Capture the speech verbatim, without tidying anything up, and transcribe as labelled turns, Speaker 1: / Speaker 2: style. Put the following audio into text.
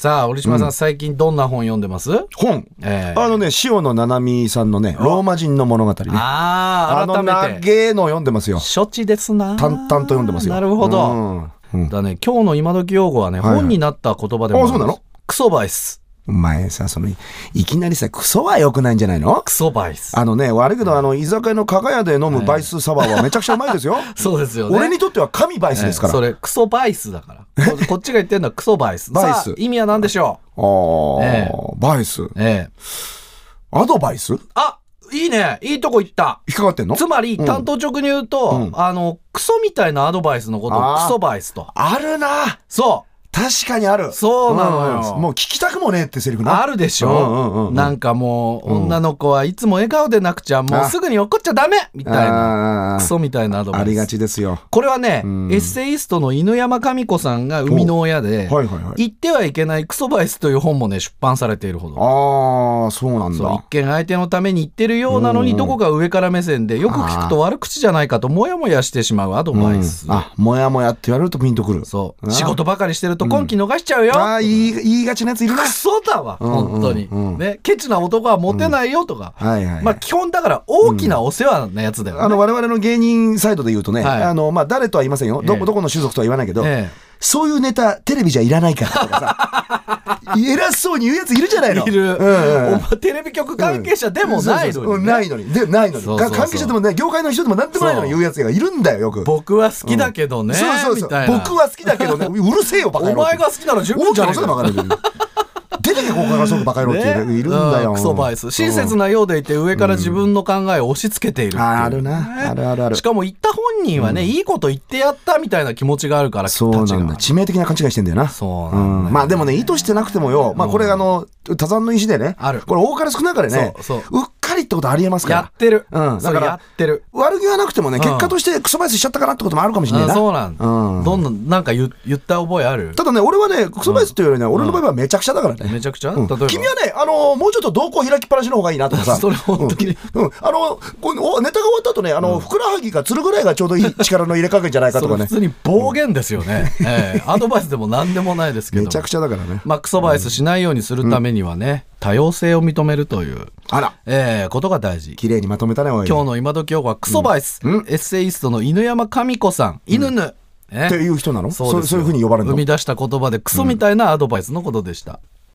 Speaker 1: さあ、折島さん、うん、最近どんな本読んでます？
Speaker 2: 本、えー、あのね、塩野七海さんのね、ローマ人の物語ね。
Speaker 1: ああ、改めて。
Speaker 2: あの長えの読んでますよ。
Speaker 1: 処置ですな。
Speaker 2: 淡々と読んでますよ。
Speaker 1: なるほど。うんうん、だね、今日の今時用語はね、はいはい、本になった言葉でもある。
Speaker 2: あ、そうなの？
Speaker 1: クソバイス。
Speaker 2: お前さ、そのいきなりさ、クソは良くないんじゃないの？
Speaker 1: クソバイス。
Speaker 2: あのね、悪いけど、あの居酒屋の加賀屋で飲むバイスサワーはめちゃくちゃうまいですよ。
Speaker 1: そうですよね。
Speaker 2: 俺にとっては神バイスですから。
Speaker 1: えー、それクソバイスだからこ。こっちが言ってるのはクソバイス。バイス。さあ意味は何でしょう？
Speaker 2: ああ、えー、バイス。ええー。アドバイス？
Speaker 1: あ、いいね。いいとこ行った。
Speaker 2: 引っかかってんの？
Speaker 1: つまり、単刀直入に言うと、うん、あのクソみたいなアドバイスのことをクソバイスと。
Speaker 2: あるな。
Speaker 1: そう。
Speaker 2: 確かにある。
Speaker 1: そうなのよ、
Speaker 2: うん、もう聞きたくもねえってセリフな。
Speaker 1: あるでしょ、うんうんうん、なんかもう、うん、女の子はいつも笑顔でなくちゃもうすぐに怒っちゃダメみたいなクソみたいなアドバイス
Speaker 2: ありがちですよ。こ
Speaker 1: れはね、うん、エッセイストの犬山紙子さんが生みの親で、はいはいはい、言ってはいけないクソバイスという本もね出版されているほど。
Speaker 2: ああ、そうなんだ。
Speaker 1: そう、一見相手のために言ってるようなのに、うん、どこか上から目線でよく聞くと悪口じゃないかとモヤモヤしてしまうアドバイス、
Speaker 2: うん、あ、モヤモヤって言われるとピンとくる。
Speaker 1: そう仕事ばかりしてると今期逃しちゃうよ、うん、
Speaker 2: ああ、言い、言いがちなやついるな。
Speaker 1: クソだわ、うんうんうん、本当に、ね、ケチな男はモテないよとか、うん、はいはいはい、まあ基本だから大きなお世話なやつだよね、うん、
Speaker 2: あの我々の芸人サイドで言うとね、はい、あのまあ誰とは言いませんよ、ど、ええ、どこの種族とは言わないけど、ええ、そういうネタテレビじゃいらないからとかさ偉そうに言うやついるじゃないの。
Speaker 1: いる、うんうん、お前テレビ局関係者でもないのに、ね、うん、
Speaker 2: ないのにでないのにそうそうそう、関係者でもね、業界の人でもなんでもないのに言うやつがいるんだよ、よく。
Speaker 1: 僕は好きだけどね、うん、そうそうそう、
Speaker 2: 僕は好きだけどね、うるせえよバカ野郎。
Speaker 1: お前が好きなら十分じゃないか。
Speaker 2: 出てけここからそうバカ野郎っていう、ね、いるんだよ、
Speaker 1: うん、クソバイス。親切なようでいて上から自分の考えを押し付けているっていう、ね、
Speaker 2: うん、あるな、あるあるある。
Speaker 1: しかも言った本人はね、うん、いいこと言ってやったみたいな気持ちがあるから、
Speaker 2: そうなんだ、致命的な勘違いしてんだよな。
Speaker 1: そうなんだ、ね、
Speaker 2: うん、まあでもね、意図してなくてもよ、まあこれあの多山の石でね、ある、これ多かれ少なかれね、そうそう、うっかりってことありえますから。
Speaker 1: やってる、
Speaker 2: うん、だから
Speaker 1: やってる、
Speaker 2: 悪気はなくてもね、結果としてクソバイスしちゃったかなってこともあるかもしれないな。
Speaker 1: そうなんだ、うん、どんどんなんか 言, 言った覚えある。
Speaker 2: ただね、俺はね、クソバイスっていうよりね、うん、俺の場合はめちゃくちゃだからね。
Speaker 1: めちゃくちゃ、うん、例えば
Speaker 2: 君はね、あのー、もうちょっと瞳孔開きっぱなしの方がいいなとかさ
Speaker 1: それ本当に、
Speaker 2: うんうん、あのこのネタが終わった後ね、あの、うん、ふくらはぎがつるぐらいがちょうどいい力の入れ加減じゃないかとかね。
Speaker 1: それ普通に暴言ですよね、うん、えー、アドバイスでも何でもないですけど
Speaker 2: めちゃくちゃだからね。
Speaker 1: まあ、クソバイスしないようにするためにはね、うん、多様性を認めるという
Speaker 2: あら、
Speaker 1: えー、ことが大事。
Speaker 2: 綺麗にまとめたね。おい、
Speaker 1: 今日の今時用語はクソバイス、うん、エッセイストの犬山紙子さん、犬ぬ、
Speaker 2: うん、っていう人なの？
Speaker 1: そうですよ。
Speaker 2: そういうふうに呼ばれるの？
Speaker 1: 生み出した言葉でクソみたいなアドバイスのことでした。